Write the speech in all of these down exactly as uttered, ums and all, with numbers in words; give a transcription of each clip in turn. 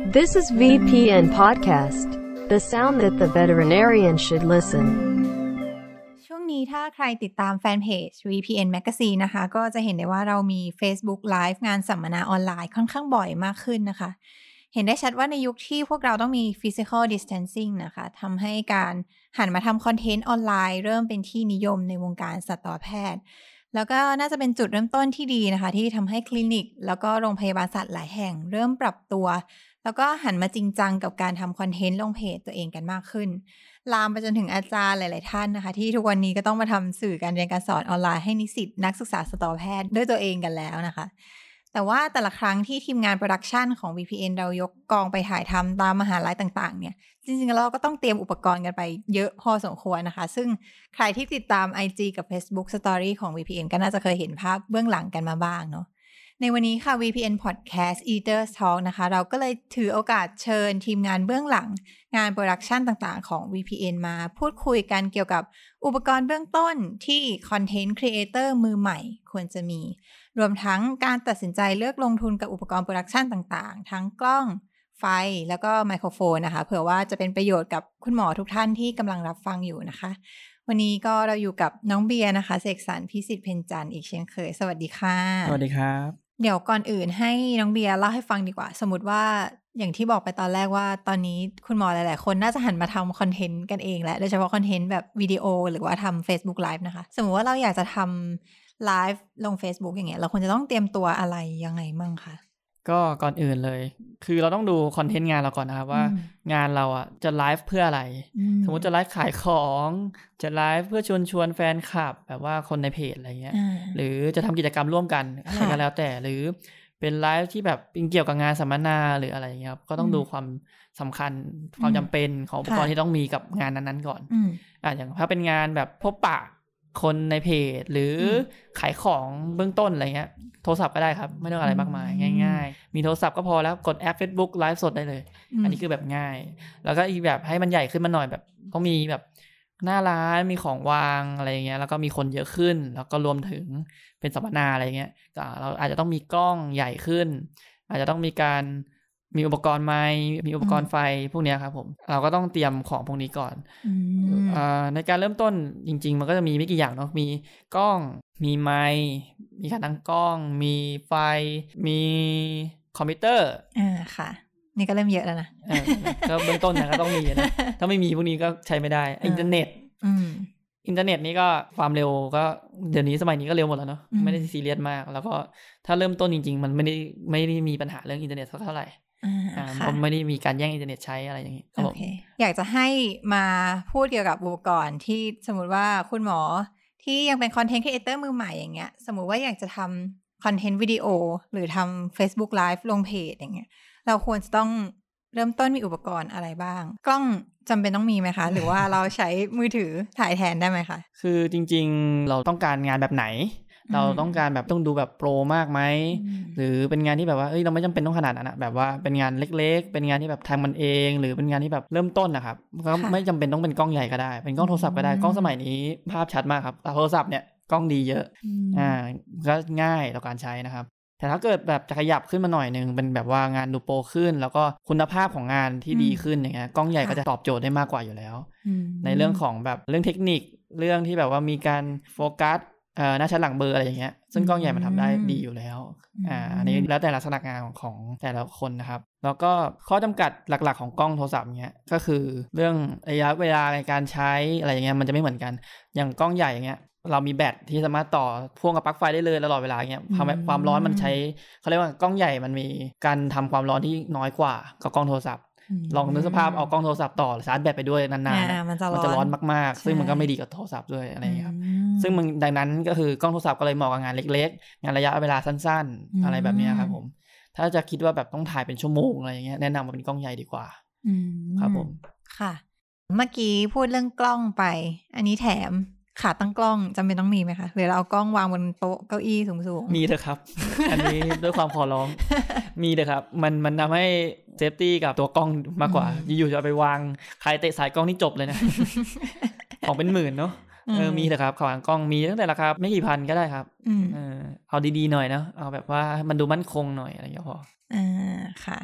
This is วี พี เอ็น Podcast, the sound that the veterinarian should listen. ช่วงนี้ถ้าใครติดตามแฟนเพจ วี พี เอ็น Magazine นะคะก็จะเห็นได้ว่าเรามี Facebook Live งานสัมมนาออนไลน์ค่อนข้างบ่อยมากขึ้นนะคะเห็นได้ชัดว่าในยุคที่พวกเราต้องมี Physical Distancing นะคะทำให้การหันมาทำคอนเทนต์ออนไลน์เริ่มเป็นที่นิยมในวงการสัตวแพทย์แล้วก็น่าจะเป็นจุดเริ่มต้นที่ดีนะคะที่ทำให้คลินิกแล้วก็โรงพยาบาลสัตว์หลายแห่งเริ่มปรับตัวแล้วก็หันมาจริงจังกับการทำคอนเทนต์ลงเพจตัวเองกันมากขึ้นลามไปจนถึงอาจารย์หลายๆท่านนะคะที่ทุกวันนี้ก็ต้องมาทำสื่อการเรียนการสอนออนไลน์ให้นิสิตนักศึกษาสัตวแพทย์ด้วยตัวเองกันแล้วนะคะแต่ว่าแต่ละครั้งที่ทีมงานโปรดักชันของ วี พี เอ็น เรายกกองไปถ่ายทำตามมหาลัยต่างๆเนี่ยจริงๆเราก็ต้องเตรียมอุปกรณ์กันไปเยอะพอสมควรนะคะซึ่งใครที่ติดตาม ไอ จี กับ Facebook Story ของ วี พี เอ็น ก็น่าจะเคยเห็นภาพเบื้องหลังกันมาบ้างเนาะในวันนี้ค่ะ วี พี เอ็น Podcast Eaters Talk นะคะเราก็เลยถือโอกาสเชิญทีมงานเบื้องหลังงานโปรดักชันต่างๆของ วี พี เอ็น มาพูดคุยกันเกี่ยวกับอุปกรณ์เบื้องต้นที่คอนเทนต์ครีเอเตอร์มือใหม่ควรจะมีรวมทั้งการตัดสินใจเลือกลงทุนกับอุปกรณ์โปรดักชันต่างๆทั้งกล้องไฟแล้วก็ไมโครโฟนนะคะเผื่อว่าจะเป็นประโยชน์กับคุณหมอทุกท่านที่กำลังรับฟังอยู่นะคะวันนี้ก็เราอยู่กับน้องเบียร์นะคะเสกสรรพิสิทธิ์เพ็ญจันทร์อีกเช่นเคยสวัสดีค่ะสวัสดีครับเดี๋ยวก่อนอื่นให้น้องเบียร์เล่าให้ฟังดีกว่าสมมติว่าอย่างที่บอกไปตอนแรกว่าตอนนี้คุณหมอหลายๆคนน่าจะหันมาทำคอนเทนต์กันเองแล้วโดยเฉพาะคอนเทนต์แบบวิดีโอหรือว่าทำ Facebook Live นะคะสมมติว่าเราอยากจะทำไลฟ์ลง Facebook อย่างเงี้ยเราควรจะต้องเตรียมตัวอะไรยังไงมั่งคะก็ก่อนอื่นเลยคือเราต้องดูคอนเทนต์งานเราก่อนนะครับว่างานเราอ่ะจะไลฟ์เพื่ออะไรสมมติจะไลฟ์ขายของจะไลฟ์เพื่อชวนชวนแฟนคลับแบบว่าคนในเพจอะไรเงี้ยหรือจะทำกิจกรรมร่วมกันอะไรก็แล้วแต่หรือเป็นไลฟ์ที่แบบเป็นเกี่ยวกับงานสัมมนาหรืออะไรเงี้ยก็ต้องดูความสำคัญความจำเป็นของอุปกรณ์ที่ต้องมีกับงานนั้นๆก่อนอ่ะอย่างถ้าเป็นงานแบบพบปะคนในเพจหรือขายของเบื้องต้นอะไรเงี้ยโทรศัพท์ก็ได้ครับไม่ต้องอะไรมากมายง่ายๆมีโทรศัพท์ก็พอแล้วกดแอป Facebook ไลฟ์สดได้เลยอันนี้คือแบบง่ายแล้วก็อีกแบบให้มันใหญ่ขึ้นมาหน่อยแบบต้องมีแบบหน้าร้านมีของวางอะไรเงี้ยแล้วก็มีคนเยอะขึ้นแล้วก็รวมถึงเป็นสัมมนาอะไรเงี้ยก็เราอาจจะต้องมีกล้องใหญ่ขึ้นอาจจะต้องมีการมีอุปกรณ์ไมค์มีอุปกรณ์ไฟพวกนี้ครับผมเราก็ต้องเตรียมของพวกนี้ก่อนอ่าในการเริ่มต้นจริงๆมันก็จะมีไม่กี่อย่างเนาะมีกล้องมีไมค์มีขาตั้งกล้องมีไฟมีคอมพิวเตอร์อ่าค่ะนี่ก็เริ่มเยอะแล้วนะเออก็เบื้องต้นนะก็ต้องมีนะถ้าไม่มีพวกนี้ก็ใช้ไม่ได้อินเทอร์เน็ตอืมอินเทอร์เน็ตนี่ก็ความเร็วก็เดี๋ยวนี้สมัยนี้ก็เร็วหมดแล้วเนาะไม่ได้ซีเรียสมากแล้วก็ถ้าเริ่มต้นจริงๆมันไม่ได้ไม่ได้มีปัญหาเรื่องอินเทอร์เน็ตเท่าไหร่อ่าเพราะไม่ได้มีการแย่งอินเทอร์เน็ตใช้อะไรอย่างนี้โอเคอยากจะให้มาพูดเกี่ยวกับอุปกรณ์ที่สมมุติว่าคุณหมอที่ยังเป็นคอนเทนต์ครีเอเตอร์มือใหม่อย่างเงี้ยสมมุติว่าอยากจะทำคอนเทนต์วิดีโอหรือทำ Facebook Live ลงเพจอย่างเงี้ยเราควรจะต้องเริ่มต้นมีอุปกรณ์อะไรบ้างกล้องจำเป็นต้องมีไหมคะหรือว่าเราใช้มือถือถ่ายแทนได้ไหมคะคือจริงๆเราต้องการงานแบบไหนเราต้องการแบบต้องดูแบบโปรมากไหมหรือเป็นงานที่แบบว่าเอ้ยเราไม่จำเป็นต้องขนาดนั้นนะแบบว่าเป็นงานเล็กๆเป็นงานที่แบบทำมันเองหรือเป็นงานที่แบบเริ่มต้นนะครับก็ไม่จำเป็นต้องเป็นกล้องใหญ่ก็ได้เป็นกล้องโทรศัพท์ก็ได้กล้องสมัยนี้ภาพชัดมากครับแต่โทรศัพท์เนี่ยกล้องดีเยอะอ่าก็ง่ายต่อการใช้นะครับแต่ถ้าเกิดแบบจะขยับขึ้นมาหน่อยนึงเป็นแบบว่างานดูโปรขึ้นแล้วก็คุณภาพของงานที่ดีขึ้นอย่างเงี้ยกล้องใหญ่ก็จะตอบโจทย์ได้มากกว่าอยู่แล้วในเรื่องของแบบเรื่องเทคนิคเรื่องที่แบบว่ามีการโฟกัสเอ่อหน้าชัดหลังเบลออะไรอย่างเงี้ยซึ่งกล้องใหญ่มันทำได้ดีอยู่แล้วอ่าอันนี้แล้วแต่ลักษณะงานของของแต่ละคนนะครับแล้วก็ข้อจำกัดหลักๆของกล้องโทรศัพท์เงี้ยก็คือเรื่องระยะเวลาในการใช้อะไรอย่างเงี้ยมันจะไม่เหมือนกันอย่างกล้องใหญ่อย่างเงี้ยเรามีแบตที่สามารถต่อพ่วงกับปลั๊กไฟได้เลยตลอดเวลาเงี้ยความร้อนมันใช้เขาเรียกว่ากล้องใหญ่มันมีการทำความร้อนที่น้อยกว่ากับกล้องโทรศัพท์ลองนึกสภาพเอากล้องโทรศัพท์ต่อชาร์จแบตไปด้วยนานๆมันจะร้อนมากๆซึ่งมันก็ไม่ดีกับโทรศัพท์ด้วยอะไรอย่างเงี้ยครับซึ่งมันดังนั้นก็คือกล้องโทรศัพท์ก็เลยเหมาะกับงานเล็กๆงานระยะเวลาสั้นๆอะไรแบบนี้ครับผมถ้าจะคิดว่าแบบต้องถ่ายเป็นชั่วโมงอะไรอย่างเงี้ยแนะนำว่าเป็นกล้องใหญ่ดีกว่าครับผมค่ะเมื่อกี้พูดเรื่องกล้องไปอันนี้แถมขาตั้งกล้องจำเป็นต้องมีไหมคะหรือเราเอากล้องวางบนโต๊ะเก้าอี้สูงๆมีเถอะครับ อันนี้ด้วยความขอร้อง มีเถอะครับมันมันทำให้เซฟตี้กับตัวกล้องมากกว่าอยู่ๆจะเอาไปวางใครเตะสายกล้องนี่จบเลยนะ ของเป็นหมื่นเนาะ เออมีเถอะครับขวางกล้องมีตั้งแต่ราคาไม่กี่พันก็ได้ครับเออเอาดีๆหน่อยนะเอาแบบว่ามันดูมั่นคงหน่อยอะไรอย่างเงี้ยพออ่าค่ะ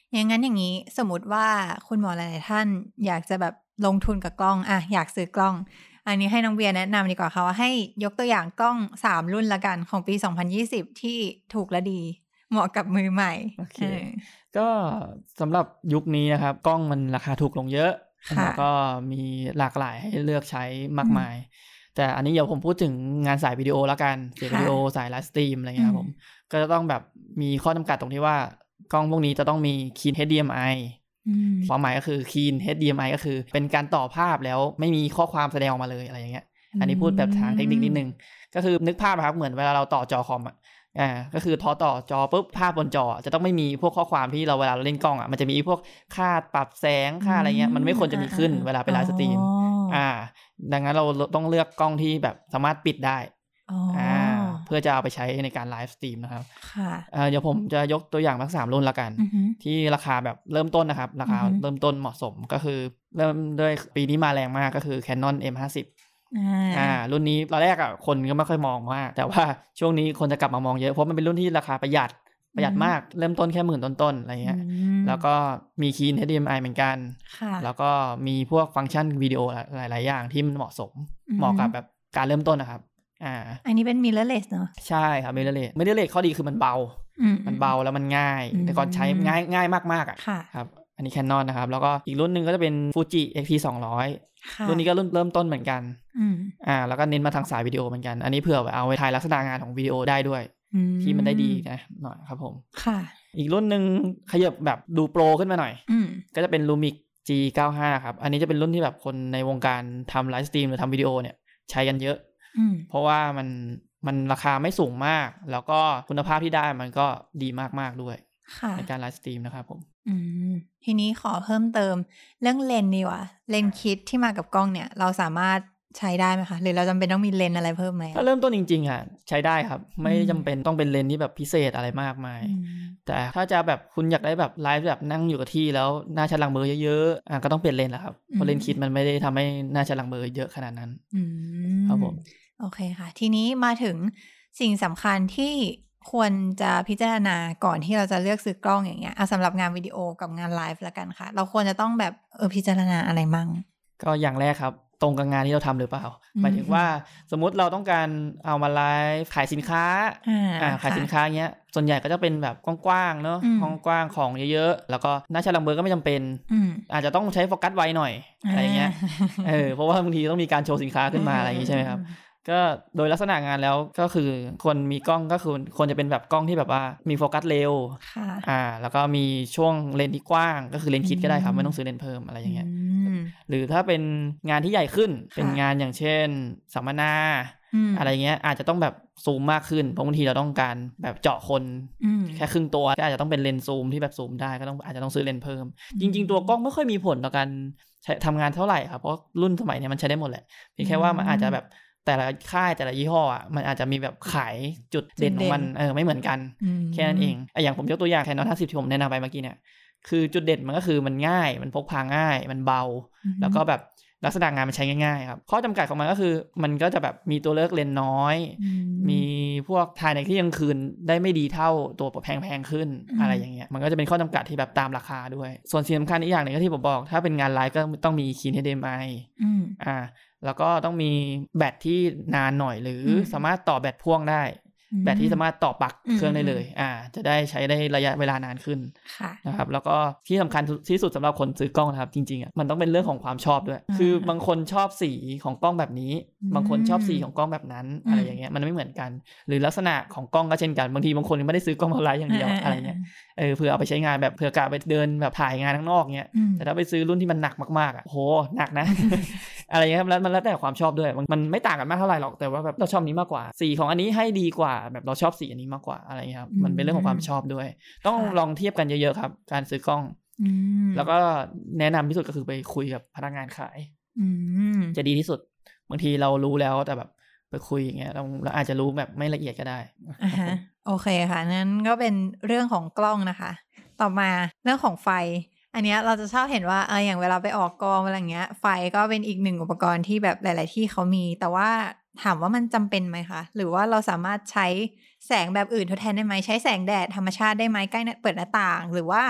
อย่างนั้นอย่างนี้สมมติว่าคุณหมอหลายๆท่านอยากจะแบบลงทุนกับกล้องอ่ะอยากซื้อกล้องอันนี้ให้น้องเบียร์แนะนำดีกว่าค่ะว่าให้ยกตัวอย่างกล้องสามรุ่นละกันของปีสองพันยี่สิบที่ถูกและดีเหมาะกับมือใหม่โอเคก็สำหรับยุคนี้นะครับกล้องมันราคาถูกลงเยอะแล้วก็มีหลากหลายให้เลือกใช้มากมายแต่อันนี้เดี๋ยวผมพูดถึงงานสายวิดีโอละกันสายวิดีโอสายไลฟ์สตรีมอะไรเงี้ยครับผมก็จะต้องแบบมีข้อจำกัดตรงที่ว่ากล้องพวกนี้จะต้องมี Clean เอช ดี เอ็ม ไอ ความหมายก็คือ Clean เอช ดี เอ็ม ไอ ก็คือเป็นการต่อภาพแล้วไม่มีข้อความแสดงออกมาเลยอะไรอย่างเงี้ยอันนี้พูดแบบทางเทคนิคนิดนึงก็คือนึกภาพนะครับเหมือนเวลาเราต่อจอคอมอ่ะอ่าก็คือทอต่อจอปุ๊บภาพบนจอจะต้องไม่มีพวกข้อความที่เราเวลาเราเล่นกล้องอ่ะมันจะมีพวกค่าปรับแสงค่าอะไรเงี้ยมันไม่ควรจะมีขึ้นเวลาเป็นไลฟ์สตรีมอ่าดังนั้นเราต้องเลือกกล้องที่แบบสามารถปิดได้อ่าเพื่อจะเอาไปใช้ในการไลฟ์สตรีมนะครับค่ะอ่าเดี๋ยวผมจะยกตัวอย่างทั้งสามรุ่นละกันที่ราคาแบบเริ่มต้นนะครับราคาเริ่มต้นเหมาะสมก็คือเริ่มด้วยปีนี้มาแรงมากก็คือ Canon เอ็ม ห้าสิบอ่ารุ่นนี้ตอนแรกอ่ะคนก็ไม่ค่อยมองมากแต่ว่าช่วงนี้คนจะกลับมามองเยอะเพราะมันเป็นรุ่นที่ราคาประหยัดประหยัดมากเริ่มต้นแค่หมื่นต้นๆอะไรเงี้ยแล้วก็มี Clean เอช ดี เอ็ม ไอ เหมือนกันแล้วก็มีพวกฟังก์ชันวิดีโอหลายๆอย่างที่มันเหมาะสมเหมาะกับแบบการเริ่มต้นนะครับอ่าอันนี้เป็น mirrorless เนอะใช่ครับ mirrorless mirrorless ข้อดีคือมันเบามันเบาแล้วมันง่ายแต่ก่อนใช้ง่ายง่ายมากๆอ่ะครับอันนี้ Canon นะครับแล้วก็อีกรุ่นนึงก็จะเป็น Fuji เอ็กซ์ พี สองร้อยรุ่นนี้ก็รุ่นเริ่มต้นเหมือนกันอ่าแล้วก็เน้นมาทางสายวิดีโอเหมือนกันอันนี้เผื่อเอาไว้ถ่ายลักษณะงานของวิดีโอได้ด้วยที่มันได้ดีนะหน่อยครับผมค่ะอีกรุ่นนึงขยับแบบดูโปรขึ้นมาหน่อยก็จะเป็น Lumix จี เก้าสิบห้า ครับอันนี้จะเป็นรุ่นที่แบบคนในวงการทำไลฟ์สตรีมหรือทำวิดีโอเนี่ยใช้กันเยอะเพราะว่ามันมันราคาไม่สูงมากแล้วก็คุณภาพที่ได้มันก็ดีมากๆด้วยในการไลฟ์สตรีมนะครับผมอืมทีนี้ขอเพิ่มเติมเรื่องเลนส์ดีกว่าเลนส์คิดที่มากับกล้องเนี่ยเราสามารถใช้ได้ไหมคะหรือเราจำเป็นต้องมีเลนส์อะไรเพิ่มไหมถ้าเริ่มต้นจริงๆอ่ะใช้ได้ครับไม่จำเป็นต้องเป็นเลนส์ที่แบบพิเศษอะไรมากมายแต่ถ้าจะแบบคุณอยากได้แบบไลฟ์แบบนั่งอยู่กับที่แล้วหน้าชัดหลังเบลอเยอะๆอ่ะก็ต้องเปลี่ยนเลนส์แหละครับเพราะเลนส์คิดมันไม่ได้ทำให้หน้าชัดหลังเบลอเยอะขนาดนั้นครับผมโอเคค่ะทีนี้มาถึงสิ่งสำคัญที่ควรจะพิจารณาก่อนที่เราจะเลือกซื้อกล้องอย่างเงี้ยเอาสำหรับงานวิดีโอกับงานไลฟ์ละกันค่ะเราควรจะต้องแบบเออพิจารณาอะไรมั่งก็อย่างแรกครับตรงกับงานที่เราทำหรือเปล่าหมายถึงว่าสมมุติเราต้องการเอามาไลฟ์ขายสินค้าอ่าขายสินค้าเงี้ยส่วนใหญ่ก็จะเป็นแบบกว้างๆเนาะห้องกว้างของเยอะๆแล้วก็หน้าชัดหลังเบลอก็ไม่จำเป็นอาจจะต้องใช้โฟกัสไวหน่อยอะไรเงี้ยเออเพราะว่าบางทีต้องมีการโชว์สินค้าขึ้นมาอะไรอย่างงี้ใช่ไหมครับก็โดยลักษณะงานแล้วก็คือคนมีกล้องก็คือควรจะเป็นแบบกล้องที่แบบว่ามีโฟกัสเร็วอ่าแล้วก็มีช่วงเลนส์ที่กว้างก็คือเลนส์คิดก็ได้ครับไม่ต้องซื้อเลนส์เพิ่มอะไรอย่างเงี้ยหรือถ้าเป็นงานที่ใหญ่ขึ้นเป็นงานอย่างเช่นสัมมนาอะไรเงี้ยอาจจะต้องแบบซูมมากขึ้นเพราะบางทีเราต้องการแบบเจาะคนแค่ครึ่งตัวก็อาจจะต้องเป็นเลนส์ซูมที่แบบซูมได้ก็ต้องอาจจะต้องซื้อเลนส์เพิ่มจริงๆตัวกล้องไม่ค่อยมีผลต่อการทำงานเท่าไหร่ครับเพราะรุ่นสมัยนี้มันใช้ได้หมดแหละเพียงแค่ว่ามันอาจจะแบบแต่ละค่ายแต่ละยี่ห้ออ่ะมันอาจจะมีแบบขายจุดเด่นของมันเออไม่เหมือนกันแค่นั้นเองไอ้อย่างผมยกตัวอย่าง Canon ห้าสิบที่ผมแนะนำไปเมื่อกี้เนี่ยคือจุดเด่นมันก็คือมันง่ายมันพกพาง่ายมันเบาแล้วก็แบบลักษณะงานมันใช้ง่ายๆครับข้อจำกัดของมันก็คือมันก็จะแบบมีตัวเลือกเลนส์น้อยมีพวกถ่ายในที่กลางคืนได้ไม่ดีเท่าตัวแพงๆขึ้นอะไรอย่างเงี้ยมันก็จะเป็นข้อจำกัดที่แบบตามราคาด้วยส่วนสิ่งสำคัญอีกอย่างหนึ่งก็ที่ผมบอกถ้าเป็นงานไลฟ์ก็ต้องมี Clean เอช ดี เอ็ม ไอ อ่าแล้วก็ต้องมีแบตที่นานหน่อยหรือสามารถต่อแบตพ่วงได้แบตที่สามารถต่อปลั๊กเครื่องได้เลยอ่าจะได้ใช้ได้ระยะเวลานานขึ้นนะครับแล้วก็ที่สำคัญที่สุดสำหรับคนซื้อกล้องนะครับจริงๆอ่ะมันต้องเป็นเรื่องของความชอบด้วยคือบางคนชอบสีของกล้องแบบนี้บางคนชอบสีของกล้องแบบนั้นอะไรอย่างเงี้ยมันไม่เหมือนกันหรือลักษณะของกล้องก็เช่นกันบางทีบางคนไม่ได้ซื้อกล้องมาไลฟ์อย่างเดียวอะไรเงี้ยเออเพื่อเอาไปใช้งานแบบเผื่อกะไปเดินแบบถ่ายงานข้างนอกเงี้ยแต่ถ้าไปซื้อรุ่นที่มันหนักมากๆอ่ะโหหนักนะ อะไรเงี้ยแล้วมันแล้วแต่ความชอบด้วยมันไม่ต่างกันมากเท่าไหร่หรอกแต่ว่าแบบเราชอบนี้มากกว่าสีของอันนี้ให้ดีกว่าแบบเราชอบสีอันนี้มากกว่าอะไรเงี้ยครับมันเป็นเรื่องของความชอบด้วยต้องลองเทียบกันเยอะๆครับการซื้อกล้องแล้วก็แนะนำที่สุดก็คือไปคุยกับพนักงานขายจะดีที่สุดบางทีเรารู้แล้วแต่แบบไปคุยอย่างเงี้ยเราเราอาจจะรู้แบบไม่ละเอียดก็ได้อ่าฮะโอเคค่ะนั้นก็เป็นเรื่องของกล้องนะคะต่อมาเรื่องของไฟอันเนี้ยเราจะชอบเห็นว่าเอออย่างเวลาไปออกกองอะไรเงี้ยไฟก็เป็นอีกหนึ่งอุปกรณ์ที่แบบหลายๆที่เขามีแต่ว่าถามว่ามันจำเป็นไหมคะหรือว่าเราสามารถใช้แสงแบบอื่นทดแทนได้ไหมใช้แสงแดดธรรมชาติได้ไหมใกล้เปิดหน้าต่างหรือว่าไฟ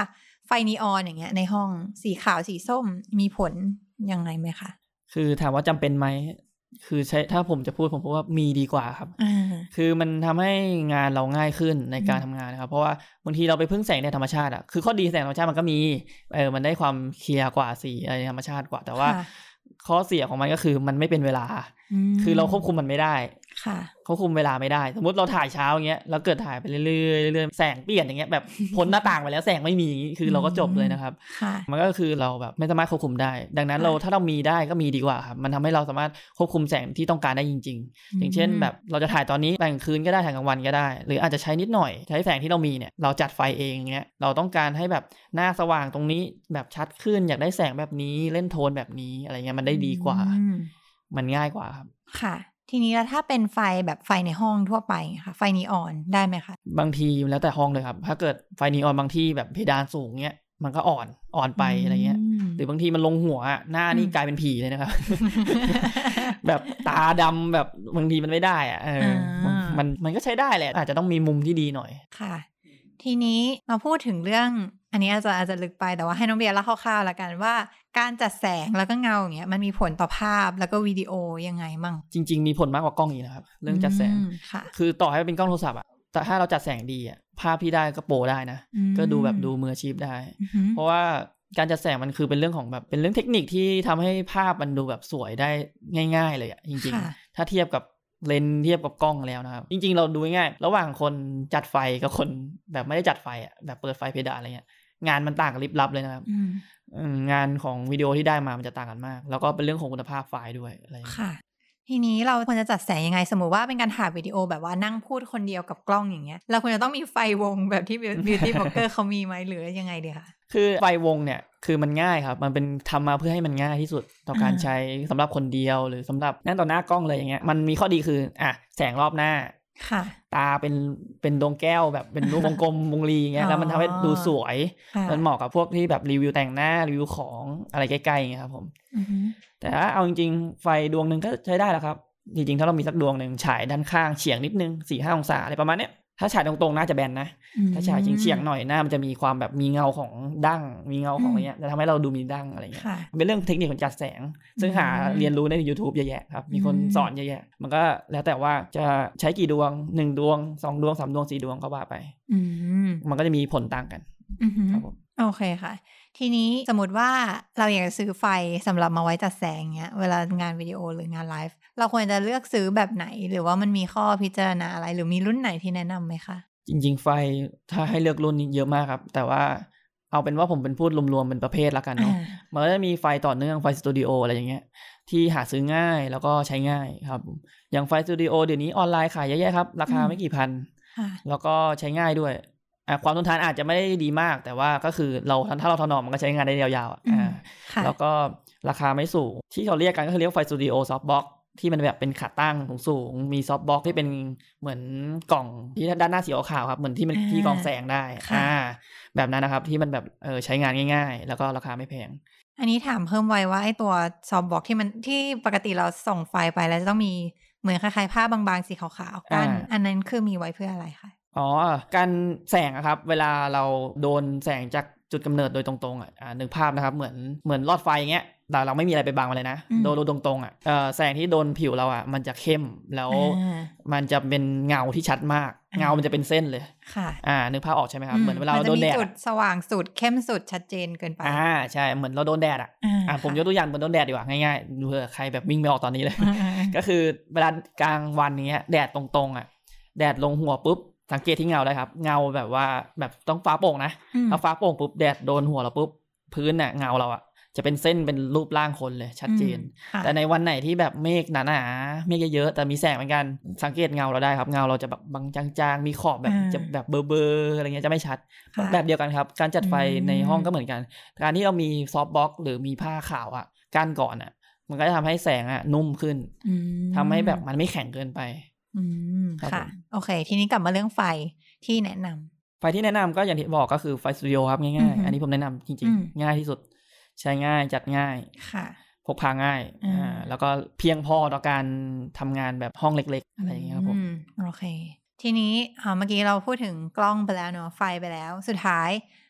ไฟนีออนอย่างเงี้ยในห้องสีขาวสีส้มมีผลยังไงไหมคะคือถามว่าจำเป็นไหมคือใช้ถ้าผมจะพูดผมพูดว่ามีดีกว่าครับคือมันทำให้งานเราง่ายขึ้นในการทำงานนะครับเพราะว่าบางทีเราไปพึ่งแสงในธรรมชาติอ่ะคือข้อดีแสงธรรมชาติมันก็มีเออมันได้ความเคลียร์กว่าสีอะไรธรรมชาติกว่าแต่ว่าข้อเสียของมันก็คือมันไม่เป็นเวลาคือเราควบคุมมันไม่ได้ควบคุมเวลาไม่ได้สมมติเราถ่ายเช้าอย่างเงี้ยแล้วเกิดถ่ายไปเรื่อยๆเรื่อยๆแสงเปลี่ยนอย่างเงี้ยแบบพ้นหน้าต่างไปแล้วแสงไม่มีคือเราก็จบเลยนะครับมันก็คือเราแบบไม่สามารถควบคุมได้ดังนั้นเราถ้าเรามีได้ก็มีดีกว่าครับมันทำให้เราสามารถควบคุมแสงที่ต้องการได้จริงๆอย่างเช่นแบบเราจะถ่ายตอนนี้แต่งคืนก็ได้ถ่ายกลางวันก็ได้หรืออาจจะใช้นิดหน่อยใช้แสงที่เรามีเนี่ยเราจัดไฟเองเงี้ยเราต้องการให้แบบหน้าสว่างตรงนี้แบบชัดขึ้นอยากได้แสงแบบนี้เล่นโทนแบบนี้อะไรเงี้ยมันได้ดีกว่ามันง่ายกว่าครับค่ะทีนี้แล้วถ้าเป็นไฟแบบไฟในห้องทั่วไปค่ะไฟนีออนได้ไหมคะบางทีแล้วแต่ห้องเลยครับถ้าเกิดไฟนีออนบางที่แบบเพดานสูงเงี้ยมันก็อ่อนอ่อนไปอะไรเงี้ยหรือบางทีมันลงหัวหน้านี่กลายเป็นผีเลยนะครับ แบบตาดำแบบบางทีมันไม่ได้อะเออมันมันก็ใช้ได้แหละอาจจะต้องมีมุมที่ดีหน่อยค่ะทีนี้มาพูดถึงเรื่องอันนี้อาจจะอาจจะลึกไปแต่ว่าให้น้องเบียร์เล่าคร่าวๆแล้วกันว่าการจัดแสงแล้วก็เงาอย่างเงี้ยมันมีผลต่อภาพแล้วก็วิดีโอยังไงมั่งจริงๆมีผลมากกว่ากล้องอีกนะครับเรื่องจัดแสงคือต่อให้เป็นกล้องโทรศัพท์อะแต่ถ้าเราจัดแสงดีอะภาพที่ได้ก็โปรได้นะก็ดูแบบดูมืออาชีพได้เพราะว่าการจัดแสงมันคือเป็นเรื่องของแบบเป็นเรื่องเทคนิคที่ทำให้ภาพมันดูแบบสวยได้ง่ายๆเลยอะจริงๆถ้าเทียบกับเลนเทียบกับกล้องแล้วนะครับจริงๆเราดูง่ายระหว่างคนจัดไฟกับคนแบบไม่ได้จัดไฟอ่ะแบบเปิดไฟเพดานอะไรเงี้ยงานมันต่างกันลิบลับเลยนะครับงานของวิดีโอที่ได้มามันจะต่างกันมากแล้วก็เป็นเรื่องของคุณภาพไฟล์ด้วยอะไรค่ะทีนี้เราควรจะจัดแสงยังไงสมมติว่าเป็นการถ่ายวิดีโอแบบว่านั่งพูดคนเดียวกับกล้องอย่างเงี้ยเราควรจะต้องมีไฟวงแบบที่ Beauty Blogger เขามีไหมหรือยังไงดีคะคือไฟวงเนี่ยคือมันง่ายครับมันเป็นทำมาเพื่อให้มันง่ายที่สุดต่อการใช้สำหรับคนเดียวหรือสำหรับนั่งต่อหน้ากล้องเลยอย่างเงี้ยมันมีข้อดีคืออ่ะแสงรอบหน้าตาเป็นเป็นดวงแก้วแบบเป็นรูปวงกลมวงรีอย่างเงี้ยแล้วมันทำให้ดูสวยมันเหมาะกับพวกที่แบบรีวิวแต่งหน้ารีวิวของอะไรใกล้ๆอย่างเงี้ยครับผมแต่ถ้าเอาจริงๆไฟดวงนึงก็ใช้ได้แล้วครับจริงๆถ้าเรามีสักดวงนึงฉายด้านข้างเฉียงนิดนึง สี่ห้า องศาอะไรประมาณเนี้ยถ้าฉายตรงๆน่าจะแบนนะถ้าฉายเฉียงๆหน่อยหน้ามันจะมีความแบบมีเงาของดั้งมีเงาของอะไรเงี้ยจะทำให้เราดูมีดั้งอะไรเงี้ยเป็นเรื่องเทคนิคของจัดแสงซึ่งหาเรียนรู้ใน YouTube เยอะแยะครับมีคนสอนเยอะแยะมันก็แล้วแต่ว่าจะใช้กี่ดวงหนึ่งดวงสองดวงสามดวงสี่ดวงก็ว่าไปมันก็จะมีผลต่างกันครับผมโอเคค่ะทีนี้สมมติว่าเราอยากจะซื้อไฟสำหรับมาไว้จัดแสงเงี้ยเวลางานวิดีโอหรืองานไลฟ์เราควรจะเลือกซื้อแบบไหนหรือว่ามันมีข้อพิจารณาอะไรหรือมีรุ่นไหนที่แนะนำไหมคะจริงๆไฟถ้าให้เลือกรุ่นนี้เยอะมากครับแต่ว่าเอาเป็นว่าผมเป็นพูดรวมๆเป็นประเภทละกันเนาะมันก็จะมีไฟต่อเนื่องไฟสตูดิโออะไรอย่างเงี้ยที่หาซื้อง่ายแล้วก็ใช้ง่ายครับอย่างไฟสตูดิโอเดี๋ยวนี้ออนไลน์ขายเยอะแยะครับราคาไม่กี่พันแล้วก็ใช้ง่ายด้วยความทนทานอาจจะไม่ได้ดีมากแต่ว่าก็คือเราถ้าเราถนอมมันก็ใช้งานได้ยาวๆอ่าแล้วก็ราคาไม่สูงที่เขาเรียกกันก็คือเรียกไฟสตูดิโอซอฟต์บ็อกซ์ที่มันแบบเป็นขาตั้งสูงๆมีซอฟต์บ็อกซ์ที่เป็นเหมือนกล่องที่ด้านหน้าสีขาวครับเหมือนที่มันที่กรองแสงได้อ่าแบบนั้นนะครับที่มันแบบเออใช้งานง่ายๆแล้วก็ราคาไม่แพงอันนี้ถามเพิ่มไว้ว่าไอ้ตัวซอฟต์บ็อกซ์ที่มันที่ปกติเราส่งไฟล์ไปแล้วจะต้องมีเหมือนคล้ายๆผ้าบางๆสีขาวๆกันอันนั้นคือมีไว้เพื่ออะไรคะอ๋อการแสงอะครับเวลาเราโดนแสงจากจุดกำเนิดโดยตรงๆอ่ะนึกภาพนะครับเหมือนเหมือนหลอดไฟอย่างเงี้ยแต่เราไม่มีอะไรไปบังมันเลยนะโดนตรงๆอ่ะแสงที่โดนผิวเราอ่ะมันจะเข้มแล้วมันจะเป็นเงาที่ชัดมากเงามันจะเป็นเส้นเลยค่ะอ่านึกภาพออกใช่ไหมครับเหมือนเวลาเราโดนแดดจุดสว่างสุดเข้มสุดชัดเจนเกินไปอ่าใช่เหมือนเราโดนแดดอ่ะอ่าผมยกตัวอย่างเหมือนโดนแดดดีกว่าง่ายๆเผื่อใครแบบวิ่งไม่ออกตอนนี้เลยก็คือเวลากลางวันนี้แดดตรงๆอ่ะแดดลงหัวปุ๊บสังเกตที่เงาได้ครับเงาแบบว่าแบบต้องฟ้าโปร่งนะเอาฟ้าโปร่งปุ๊บแดดโดนหัวเราปุ๊บพื้นน่ะเงาเราอ่ะจะเป็นเส้นเป็นรูปร่างคนเลยชัดเจนแต่ในวันไหนที่แบบเมฆหนาๆเมฆเยอะๆแต่มีแสงเหมือนกันสังเกตเงาเราได้ครับเงาเราจะแบบบางจางๆมีขอบแบบจะแบบเบลอๆอะไรเงี้ยจะไม่ชัดแบบเดียวกันครับการจัดไฟในห้องก็เหมือนกันการที่เรามีซอฟต์บ็อกซ์หรือมีผ้าขาวอ่ะกั้นก่อนอ่ะมันก็จะทำให้แสงอ่ะนุ่มขึ้นทำให้แบบมันไม่แข็งเกินไปอืมค่ะโอเคทีนี้กลับมาเรื่องไฟที่แนะนำไฟที่แนะนำก็อย่างที่บอกก็คือไฟสตูดิโอครับง่ายๆอันนี้ผมแนะนำจริงๆง่ายที่สุดใช้ง่ายจัดง่ายค่ะพกพาง่ายอ่าแล้วก็เพียงพอต่อการทำงานแบบห้องเล็กๆอะไรอย่างเงี้ยครับผมโอเคทีนี้เมื่อกี้เราพูดถึงกล้องไปแล้วเนาะไฟไปแล้วสุดท้าย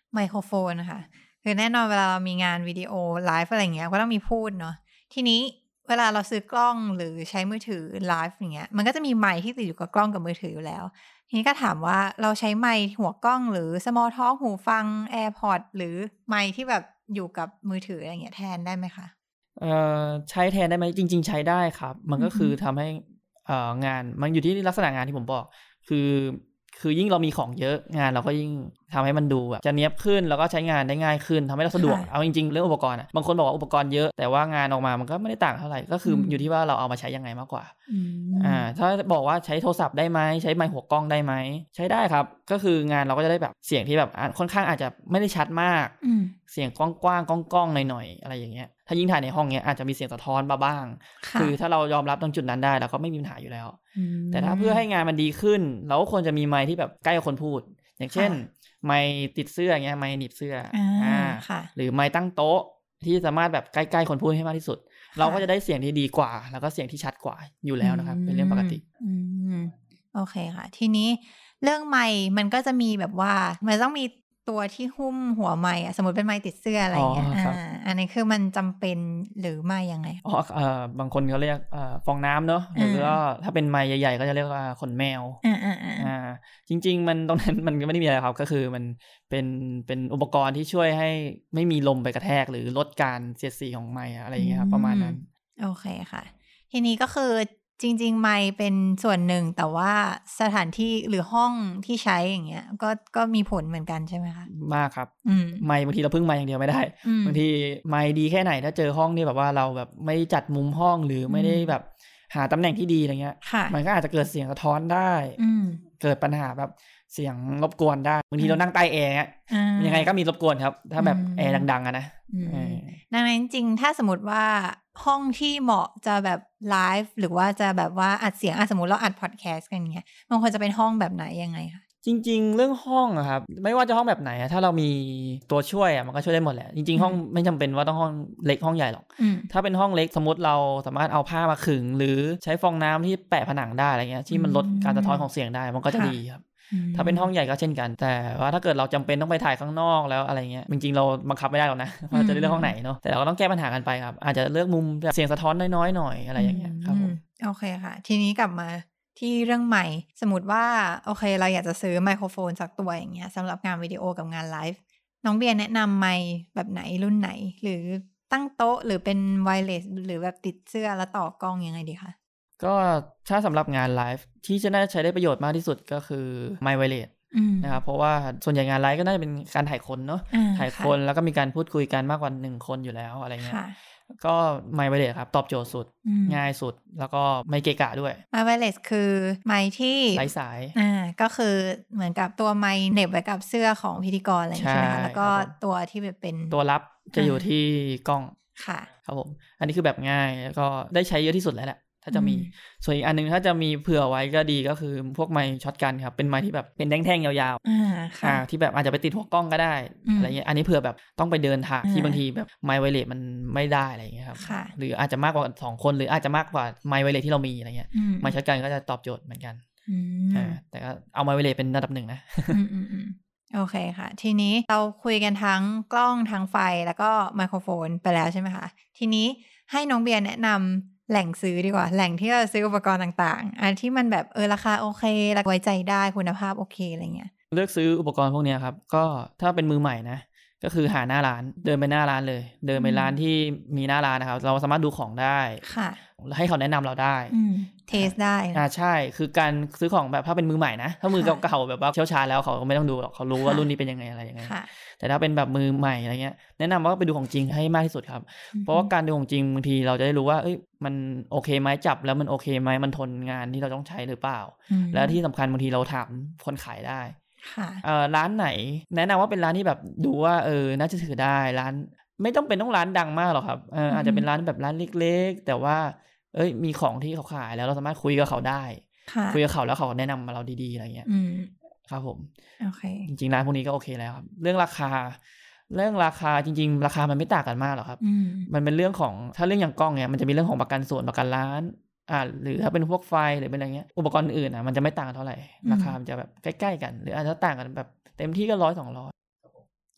ไมโครโฟนนะคะคือแน่นอนเวลาเรามีงานวิดีโอไลฟ์อะไรอย่างเงี้ยก็ต้องมีพูดเนาะทีนี้เวลาเราซื้อกล้องหรือใช้มือถือไลฟ์อย่างเงี้ยมันก็จะมีไมค์ที่ติดอยู่กับกล้องกับมือถืออยู่แล้วทีนี้ก็ถามว่าเราใช้ไมค์หัวกล้องหรือ small talk หูฟัง AirPods หรือไมค์ที่แบบอยู่กับมือถืออะไรอย่างเงี้ยแทนได้ไหมคะเอ่อใช้แทนได้ไหมจริงๆใช้ได้ครับมันก็คือทำให้เอ่องานมันอยู่ที่ลักษณะงานที่ผมบอกคือคือยิ่งเรามีของเยอะงานเราก็ยิ่งทำให้มันดูแบบจะเนียบขึ้นแล้วก็ใช้งานได้ง่ายขึ้นทำให้เราสะดวกเอาจริงๆเรื่องอุปกรณ์อ่ะบางคนบอกว่าอุปกรณ์เยอะแต่ว่างานออกมามันก็ไม่ได้ต่างเท่าไหร่ก็คืออยู่ที่ว่าเราเอามาใช้ยังไงมากกว่าอ่าถ้าบอกว่าใช้โทรศัพท์ได้ไหมใช้ไมค์หัวกล้องได้ไหมใช้ได้ครับก็คืองานเราก็จะได้แบบเสียงที่แบบค่อนข้างอาจจะไม่ได้ชัดมากเสียงกว้างๆก้องๆหน่อยๆอะไรอย่างเงี้ยถ้ายิ่งถ่ายในห้องเนี้ยอาจจะมีเสียงสะท้อนมาบ้างคือถ้าเรายอมรับตรงจุดนั้นได้เราก็ไม่มีปัญหาอยู่แล้วแต่ถ้าเพื่อให้งานมันดีขึ้นเราก็ควรจะมีไมค์ที่แบบใกล้กับคนพูดอย่างเช่นไมค์ติดเสื้อเงี้ยไมค์หนีบเสื้ออ่าหรือไมค์ตั้งโต๊ะที่สามารถแบบใกล้ๆคนพูดให้มากที่สุดเราก็จะได้เสียงที่ดีกว่าแล้วก็เสียงที่ชัดกว่าอยู่แล้วนะครับเป็นเรื่องปกติอืมโอเคค่ะทีนี้เรื่องไมค์มันก็จะมีแบบว่ามันต้องมีตัวที่หุ้มหัวไมค์อ่ะสมมติเป็นไมค์ติดเสื้ออะไรเงี้ยอ่าอันนี้คือมันจำเป็นหรือไม่ยังไงอ๋อเอ่อบางคนเขาเรียกเอ่อฟองน้ำเนอะหรือว่าถ้าเป็นไมค์ใหญ่ๆก็จะเรียกว่าขนแมวอ่าอ่าอ่าจริงๆมันตรงนั้นมันก็ไม่ได้มีอะไรครับก็คือมันเป็นเป็นอุปกรณ์ที่ช่วยให้ไม่มีลมไปกระแทกหรือลดการเสียดสีของไมค์อะไรอย่างเงี้ยครับประมาณนั้นโอเคค่ะทีนี้ก็คือจริงๆไมค์เป็นส่วนหนึ่งแต่ว่าสถานที่หรือห้องที่ใช้อย่างเงี้ยก็ก็มีผลเหมือนกันใช่ไหมคะมากครับไมค์บางทีเราพึ่งไมค์อย่างเดียวไม่ได้บางทีไมค์ดีแค่ไหนถ้าเจอห้องที่แบบว่าเราแบบไม่จัดมุมห้องหรือไม่ได้แบบหาตำแหน่งที่ดีอะไรเงี้ยมันก็อาจจะเกิดเสียงสะท้อนได้เกิดปัญหาแบบเสียงรบกวนได้บางทีเรานั่งใต้แอร์ยังไงก็มีรบกวนครับถ้าแบบแอร์ดังๆอะนะดังนั้นจริงๆถ้าสมมติว่าห้องที่เหมาะจะแบบไลฟ์หรือว่าจะแบบว่าอัดเสียงอ่ะสมมติเราอัดพอดแคสต์กันเงี้ยมันควรจะเป็นห้องแบบไหนยังไงคะจริงๆเรื่องห้องอะครับไม่ว่าจะห้องแบบไหนถ้าเรามีตัวช่วยอะมันก็ช่วยได้หมดแหละจริงๆห้องไม่จำเป็นว่าต้องห้องเล็กห้องใหญ่หรอกถ้าเป็นห้องเล็กสมมติเราสามารถเอาผ้ามาขึงหรือใช้ฟองน้ำที่แปะผนังได้อะไรเงี้ยที่มันลดการสะท้อนของเสียงได้มันก็จะดีครับถ้าเป็นห้องใหญ่ก็เช่นกันแต่ว่าถ้าเกิดเราจำเป็นต้องไปถ่ายข้างนอกแล้วอะไรเงี้ยจริงๆเราบังคับไม่ได้หรอกนะว่าจะเลือกห้องไหนเนาะแต่เราก็ต้องแก้ปัญหากันไปครับอาจจะเลือกมุมเสียงสะท้อนน้อยๆหน่อยอะไรอย่างเงี้ยครับผมโอเคค่ะทีนี้กลับมาที่เรื่องใหม่สมมติว่าโอเคเราอยากจะซื้อไมโครโฟนสักตัวอย่างเงี้ยสำหรับงานวิดีโอกับงานไลฟ์น้องเบียร์แนะนำไมค์แบบไหนรุ่นไหนหรือตั้งโต๊ะหรือเป็นไวเลสหรือแบบติดเสื้อแล้วต่อกล้องยังไงดีคะก็ถ้าสำหรับงานไลฟ์ที่จะน่าใช้ได้ประโยชน์มากที่สุดก็คือไมค์ไวเลสนะครับเพราะว่าส่วนใหญ่งานไลฟ์ก็น่าจะเป็นการถ่ายคนเนาะถ่ายคนแล้วก็มีการพูดคุยกันมากกว่าหนึ่งคนอยู่แล้วอะไรเงี้ยก็ไมค์ไวเลสครับตอบโจทย์สุดง่ายสุดแล้วก็ไม่เกะกะด้วยไมค์ไวเลสคือไมค์ที่ไร้สายอ่าก็คือเหมือนกับตัวไมค์เหน็บไว้กับเสื้อของพิธีกรอะไรอย่างเงี้ยใช่ไหมคะแล้วก็ตัวที่แบบเป็นตัวรับจะอยู่ที่กล้องค่ะครับผมอันนี้คือแบบง่ายแล้วก็ได้ใช้เยอะที่สุดแล้วแหละถ้าจะมีส่วนอีกอันนึงถ้าจะมีเผื่อไว้ก็ดีก็คือพวกไมค์ช็อตกันครับเป็นไมค์ที่แบบเป็นแท่งๆยาวๆอ่าที่แบบอาจจะไปติดหัวกล้องก็ได้อะไรเงี้ยอันนี้เผื่อแบบต้องไปเดินทางที่บางทีแบบไมค์ไวเลสมันไม่ได้อะไรเงี้ยครับหรืออาจจะมากกว่าสองคนหรืออาจจะมากกว่าไมค์ไวเลสที่เรามีอะไรเงี้ยไมค์ช็อตกันก็จะตอบโจทย์เหมือนกันอ่าแต่ก็เอาไมค์ไวเลสเป็นระดับหนึ่งนะโอเคค่ะทีนี้เราคุยกันทั้งกล้องทั้งไฟแล้วก็ไมโครโฟนไปแล้วใช่ไหมคะทีนี้ให้น้องเบียร์แนะนำแหล่งซื้อดีกว่าแหล่งที่เราซื้ออุปกรณ์ต่างๆอันที่มันแบบเออราคาโอเคแล้วไว้ใจได้คุณภาพโอเคอะไรเงี้ยเลือกซื้ออุปกรณ์พวกนี้ครับก็ถ้าเป็นมือใหม่นะก็คือหาหน้าร้านเดินไปหน้าร้านเลยเดินไปร้านที่มีหน้าร้านนะครับเราสามารถดูของได้ค่ะให้เขาแนะนำเราได้เทสได้อ่าใช่คือการซื้อของแบบถ้าเป็นมือใหม่นะถ้ามือเก่าๆแบบว่าเชี่ยวชาญแล้วเขาไม่ต้องดูหรอกเขารู้ว่ารุ่นนี้เป็นยังไงอะไรยังไงแต่ถ้าเป็นแบบมือใหม่อะไรเงี้ยแนะนำว่าไปดูของจริงให้มากที่สุดครับเพราะว่าการดูของจริงบางทีเราจะได้รู้ว่าเอ้ยมันโอเคไหมจับแล้วมันโอเคไหมมันทนงานที่เราต้องใช้หรือเปล่าแล้วที่สำคัญบางทีเราถามคนขายได้เอ่อร้านไหนแนะนำว่าเป็นร้านที่แบบดูว่าเออน่าจะถือได้ร้านไม่ต้องเป็นต้องร้านดังมากหรอกครับเอออาจจะเป็นร้านแบบร้านเล็กๆแต่ว่าเอ้ยมีของที่เขาขายแล้วเราสามารถคุยกับเขาได้คุยกับเขาแล้วเขาแนะนำมาเราดีๆอะไรเงี้ยครับผมโอเคจริงๆร้านพวกนี้ก็โอเคแล้วครับเรื่องราคาเรื่องราคาจริงๆราคามันไม่ต่างกันมากหรอกครับมันเป็นเรื่องของถ้าเรื่องอย่างกล้องเนี่ยมันจะมีเรื่องของประกันส่วนประกันร้านอ่าหรือถ้าเป็นพวกไฟหรือเป็นอะไรเงี้ยอุปกรณ์อื่นอ่ะมันจะไม่ต่างกันเท่าไหร่ราคามันจะแบบใกล้ๆกันหรืออาจจะต่างกันแบบเต็มที่ก็ร้อยสองร้อย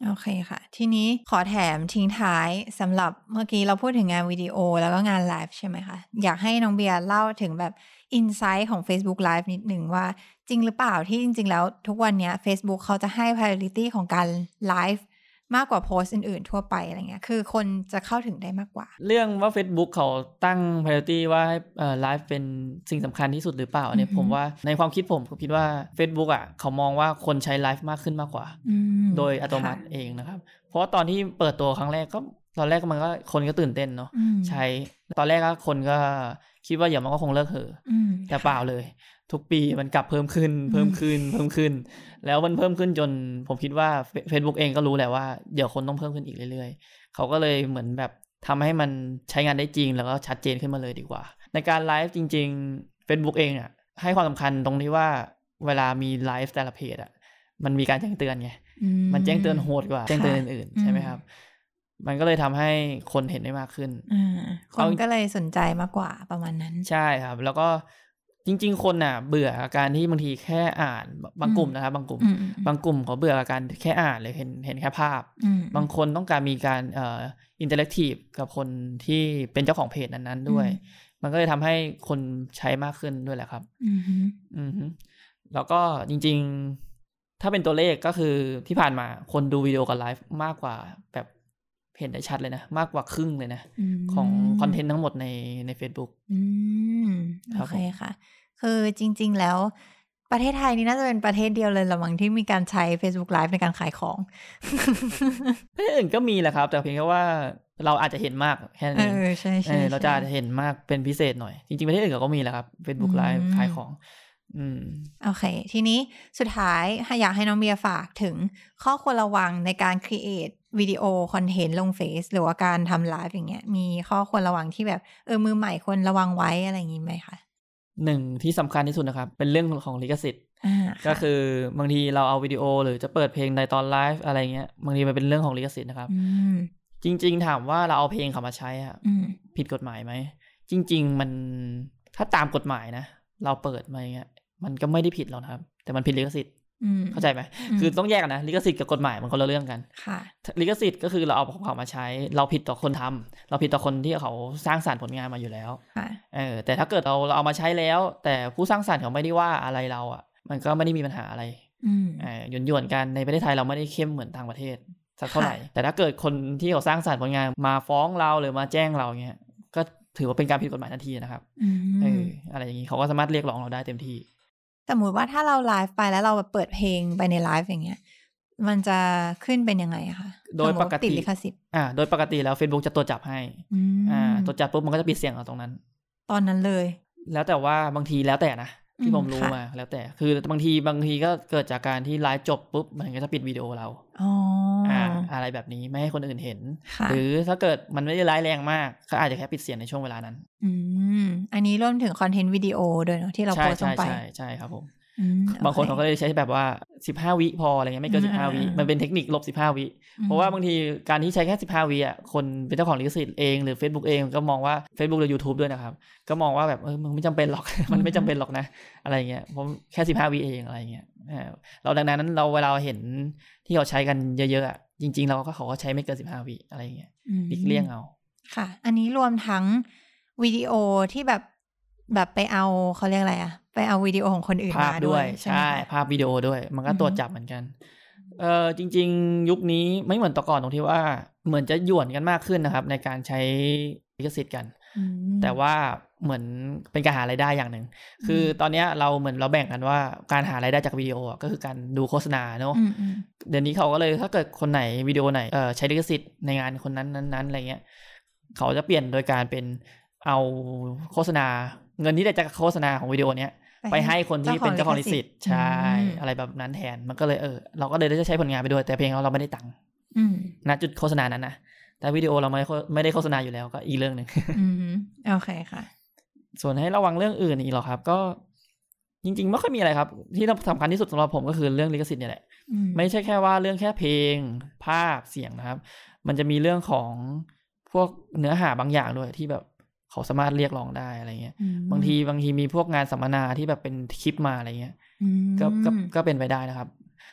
โอเคค่ะทีนี้ขอแถมทิ้งท้ายสำหรับเมื่อกี้เราพูดถึงงานวิดีโอแล้วก็งานไลฟ์ใช่ไหมคะอยากให้น้องเบียร์เล่าถึงแบบอินไซต์ของ Facebook Live นิดหนึ่งว่าจริงหรือเปล่าที่จริงๆแล้วทุกวันนี้ Facebook เขาจะให้ priority ของการไลฟ์มากกว่าโพสต์อื่นๆทั่วไปอะไรเงี้ยคือคนจะเข้าถึงได้มากกว่าเรื่องว่า Facebook เขาตั้ง priority ว่าให้เอ่อไลฟ์เป็นสิ่งสำคัญที่สุดหรือเปล่าเนี่ยผมว่าในความคิดผมผมคิดว่า Facebook อ่ะเขามองว่าคนใช้ไลฟ์มากขึ้นมากกว่าโดยอัตโนมัติเองนะครับเพราะว่าตอนที่เปิดตัวครั้งแรกก็ตอนแรกมันก็คนก็ตื่นเต้นเนาะใช้ตอนแรกก็คนก็คิดว่าเดี๋ยวมันก็คงเลิกเหอะแต่เปล่าเลยทุกปีมันกลับเพิ่มขึ้นเพิ่มขึ้นเพิ่มขึ้นแล้วมันเพิ่มขึ้นจนผมคิดว่า Facebook เองก็รู้แหละว่าเดี๋ยวคนต้องเพิ่มขึ้นอีกเรื่อยๆเขาก็เลยเหมือนแบบทำให้มันใช้งานได้จริงแล้วก็ชัดเจนขึ้นมาเลยดีกว่าในการไลฟ์จริงๆ Facebook เองอ่ะให้ความสำคัญตรงที่ว่าเวลามีไลฟ์แต่ละเพจอ่ะมันมีการแจ้งเตือนไงมันแจ้งเตือนโหดกว่าแจ้งเตือนอื่นๆใช่ไหมครับมันก็เลยทำให้คนเห็นได้มากขึ้นคนก็เลยสนใจมากกว่าประมาณนั้นใช่ครับแล้วก็จริงๆคนน่ะเบื่ออาการที่บางทีแค่อ่านบางกลุ่มนะครับบางกลุ่มบางกลุ่มเขาเบื่ออาการแค่อ่านเลยเห็นเห็นแค่ภาพบางคนต้องการมีการเอ่ออินเทอร์แอคทีฟกับคนที่เป็นเจ้าของเพจนั้นๆด้วยมันก็เลยทำให้คนใช้มากขึ้นด้วยแหละครับอือฮึอือฮึแล้วก็จริงๆถ้าเป็นตัวเลขก็คือที่ผ่านมาคนดูวิดีโอกับไลฟ์มากกว่าแบบเห็นได้ชัดเลยนะมากกว่าครึ่งเลยนะของคอนเทนต์ทั้งหมดในใน Facebook อืมโอเคค่ะคือจริงๆแล้วประเทศไทยนี่น่าจะเป็นประเทศเดียวเลยละมั้งที่มีการใช้ Facebook Live ในการขายของประเทศอื่นก็มีแหละครับแต่เพียงแค่ว่าเราอาจจะเห็นมากแค่นี้เออใช่ๆเราจะอาจจะเห็นมากเป็นพิเศษหน่อยจริงๆประเทศอื่นก็มีแหละครับ Facebook Live ขายของอืมโอเคทีนี้สุดท้ายอยากให้น้องเบียร์ฝากถึงข้อควรระวังในการ create วิดีโอคอนเทนต์ลงเฟซหรือว่าการทำไลฟ์อย่างเงี้ยมีข้อควรระวังที่แบบเออมือใหม่ควรระวังไว้อะไรอย่างงี้ไหมคะหนึ่งที่สำคัญที่สุดนะครับเป็นเรื่องของลิขสิทธิ์ก็คือบางทีเราเอาวิดีโอหรือจะเปิดเพลงในตอนไลฟ์อะไรเงี้ยบางทีมันเป็นเรื่องของลิขสิทธิ์นะครับจริงๆถามว่าเราเอาเพลงเขามาใช้อะผิดกฎหมายไหมจริงๆมันถ้าตามกฎหมายนะเราเปิดมาอย่างเงี้ยมันก็ไม่ได้ผิดหรอกครับแต่มันผิดลิขสิทธิ์เข้าใจไหมคือต้องแยกกันนะลิขสิทธิ์กับกฎหมายมันคนละเรื่องกันลิขสิทธิ์ก็คือเราเอาของเขามาใช้เราผิดต่อคนทำเราผิดต่อคนที่เขาสร้างสรรค์ผลงานมาอยู่แล้วเออแต่ถ้าเกิดเราเราเอามาใช้แล้วแต่ผู้สร้างสรรค์เขาไม่ได้ว่าอะไรเราอ่ะมันก็ไม่ได้มีปัญหาอะไรเออหย่วนๆกันในประเทศไทยเราไม่ได้เข้มเหมือนต่างประเทศสักเท่าไหร่แต่ถ้าเกิดคนที่เขาสร้างสรรค์ผลงานมาฟ้องเราหรือมาแจ้งเราเงี้ยก็ถือว่าเป็นการผิดกฎหมายทันทีนะครับเอออะไรอย่างนี้เขาก็สามารถเรียกร้องเราได้เต็มที่สมมุติว่าถ้าเราไลฟ์ไปแล้วเราเปิดเพลงไปในไลฟ์อย่างเงี้ยมันจะขึ้นเป็นยังไงอะคะโดยปกติติดลิขสิทธิ์อ่าโดยปกติแล้ว Facebook จะตรวจจับให้อ่าตรวจจับปุ๊บมันก็จะปิดเสียงเราตรงนั้นตอนนั้นเลยแล้วแต่ว่าบางทีแล้วแต่นะที่ผมรู้มาแล้วแต่คือบางทีบางทีก็เกิดจากการที่ไลฟ์จบปุ๊บมันก็จะปิดวิดีโอเราอ๋ออ่าอะไรแบบนี้ไม่ให้คนอื่นเห็นหรือถ้าเกิดมันไม่ได้ร้ายแรงมากก็อาจจะแค่ปิดเสียงในช่วงเวลานั้นอืมอันนี้รวมถึงคอนเทนต์วิดีโอด้วยเนาะที่เราโพสต์ลงไปใช่ใช่ครับผมบางคนเขาก็เลยใช้แบบว่าสิบห้าวิพออะไรเงี้ยไม่เกินสิบห้าวิมันเป็นเทคนิคลบสิบห้าวิเพราะว่าบางทีการที่ใช้แค่สิบห้าวิอ่ะคนเป็นเจ้าของลิขสิทธิ์เองหรือ Facebook เองก็มองว่า Facebook หรือ YouTube ด้วยนะครับก็มองว่าแบบเออมึงไม่จำเป็นหรอกมันไม่จำเป็นหรอกนะอะไรเงี้ยผมแค่สิบห้าวิเองอะไรเงี้ยเราดังนั้นเราเวลาเห็นที่เขาใช้กันเยอะๆอ่ะจริงๆเราก็เขาก็ใช้ไม่เกินสิบห้าวิอะไรเงี้ยหลีกเลี่ยงเอาค่ะอันนี้รวมทั้งวิดีโอที่แบบแบบไปเอาเขาเรียกอะไรอะไปเอาวิดีโอของคนอื่นมาด้วยใช่ภาพวิดีโอด้วยมันก็ตรวจจับเหมือนกันเออจริงๆยุคนี้ไม่เหมือนแต่ก่อนตรงที่ว่าเหมือนจะหย่วนกันมากขึ้นนะครับในการใช้ลิขสิทธิ์กันแต่ว่าเหมือนเป็นการหารายได้อย่างหนึ่งคือตอนนี้เราเหมือนเราแบ่งกันว่าการหารายได้จากวิดีโอก็คือการดูโฆษณาเนาะเดี๋ยวนี้เขาก็เลยถ้าเกิดคนไหนวิดีโอไหนเออใช้ลิขสิทธิ์ในงานคนนั้นนั้นๆอะไรเงี้ยเขาจะเปลี่ยนโดยการเป็นเอาโฆษณาเงินที่ได้จากโฆษณาของวิดีโอเนี้ยไปให้คนที่เป็นเจ้าของลิขสิทธิ์ใช่อะไรแบบนั้นแทนมันก็เลยเออเราก็เลยได้ใช้ผลงานไปด้วยแต่เพลงเราเราไม่ได้ตังค์ณจุดโฆษณานั้นนะแต่วิดีโอเราไม่ไม่ได้โฆษณาอยู่แล้วก็อีกเรื่องนึงอืมโอเคค่ะส่วนให้ระวังเรื่องอื่นอีกหรอครับก็จริงๆไม่ค่อยมีอะไรครับที่สำคัญที่สุดสำหรับผมก็คือเรื่องลิขสิทธิ์นี่แหละไม่ใช่แค่ว่าเรื่องแค่เพลงภาพเสียงนะครับมันจะมีเรื่องของพวกเนื้อหาบางอย่างด้วยที่แบบเขาสามารถเรียกร้องได้อะไรเงี้ยบางทีบางทีมีพวกงานสัมมนาที่แบบเป็นคลิปมาอะไรเงี้ยก็ก็ก็เป็นไปได้นะครับ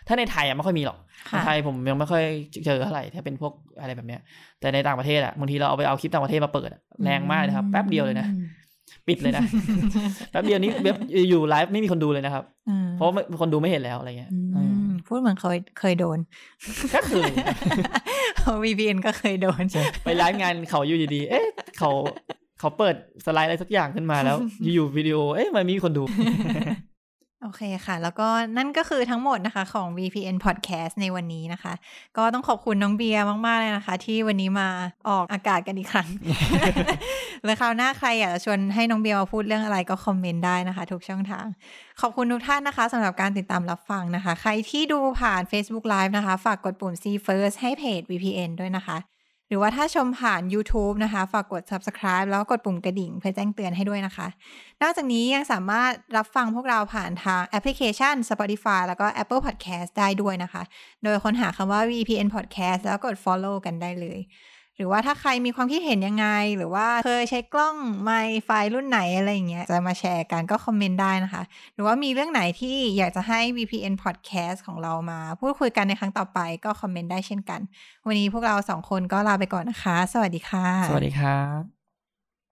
ถ้าในไทยอ่ะไม่ค่อยมีหรอกในไทยผมยังไม่ค่อยเจอเท่าไหร่ถ้าเป็นพวกอะไรแบบเนี้ยแต่ในต่างประเทศอ่ะบางทีเราเอาไปเอาคลิปต่างประเทศมาเปิดแรงมากเลยครับแป๊บเดียวเลยนะปิดเลยนะ แป๊บเดียวนี้เว็บอยู่ไลฟ์ไม่มีคนดูเลยนะครับเพราะคนดูไม่เห็นแล้วอะไรเงี้ยพูดเหมือนเคยเคยโดนก็คือวี พี เอ็น ก็เคยโดนไปไลฟ์งานเขาอยู่ดีๆเอ๊ะเขาเขาเปิดสไลด์อะไรสักอย่างขึ้นมาแล้วอยู่ๆวิดีโอเอ๊ะมันมีคนดูโอเคค่ะแล้วก็นั่นก็คือทั้งหมดนะคะของ วี พี เอ็น Podcast ในวันนี้นะคะก็ต้องขอบคุณน้องเบียร์มากๆเลยนะคะที่วันนี้มาออกอากาศกันอีกครั้ง แล้วคราวหน้าใครอยากจะชวนให้น้องเบียร์มาพูดเรื่องอะไรก็คอมเมนต์ได้นะคะทุกช่องทางขอบคุณทุกท่านนะคะสำหรับการติดตามรับฟังนะคะใครที่ดูผ่าน Facebook Live นะคะฝากกดปุ่ม See First ให้เพจ วี พี เอ็น ด้วยนะคะหรือว่าถ้าชมผ่าน YouTube นะคะฝากกด Subscribe แล้วกดปุ่มกระดิ่งเพื่อแจ้งเตือนให้ด้วยนะคะนอกจากนี้ยังสามารถรับฟังพวกเราผ่านทางแอปพลิเคชัน Spotify แล้วก็ Apple Podcast ได้ด้วยนะคะโดยค้นหาคำว่า วี พี เอ็น Podcast แล้วกด Follow กันได้เลยหรือว่าถ้าใครมีความคิดเห็นยังไงหรือว่าเคยใช้กล้องไมค์ไฟล์รุ่นไหนอะไรอย่างเงี้ยจะมาแชร์กันก็คอมเมนต์ได้นะคะหรือว่ามีเรื่องไหนที่อยากจะให้ วี พี เอ็น Podcast ของเรามาพูดคุยกันในครั้งต่อไปก็คอมเมนต์ได้เช่นกันวันนี้พวกเราสองคนก็ลาไปก่อนนะคะสวัสดีค่ะสวัสดีครับ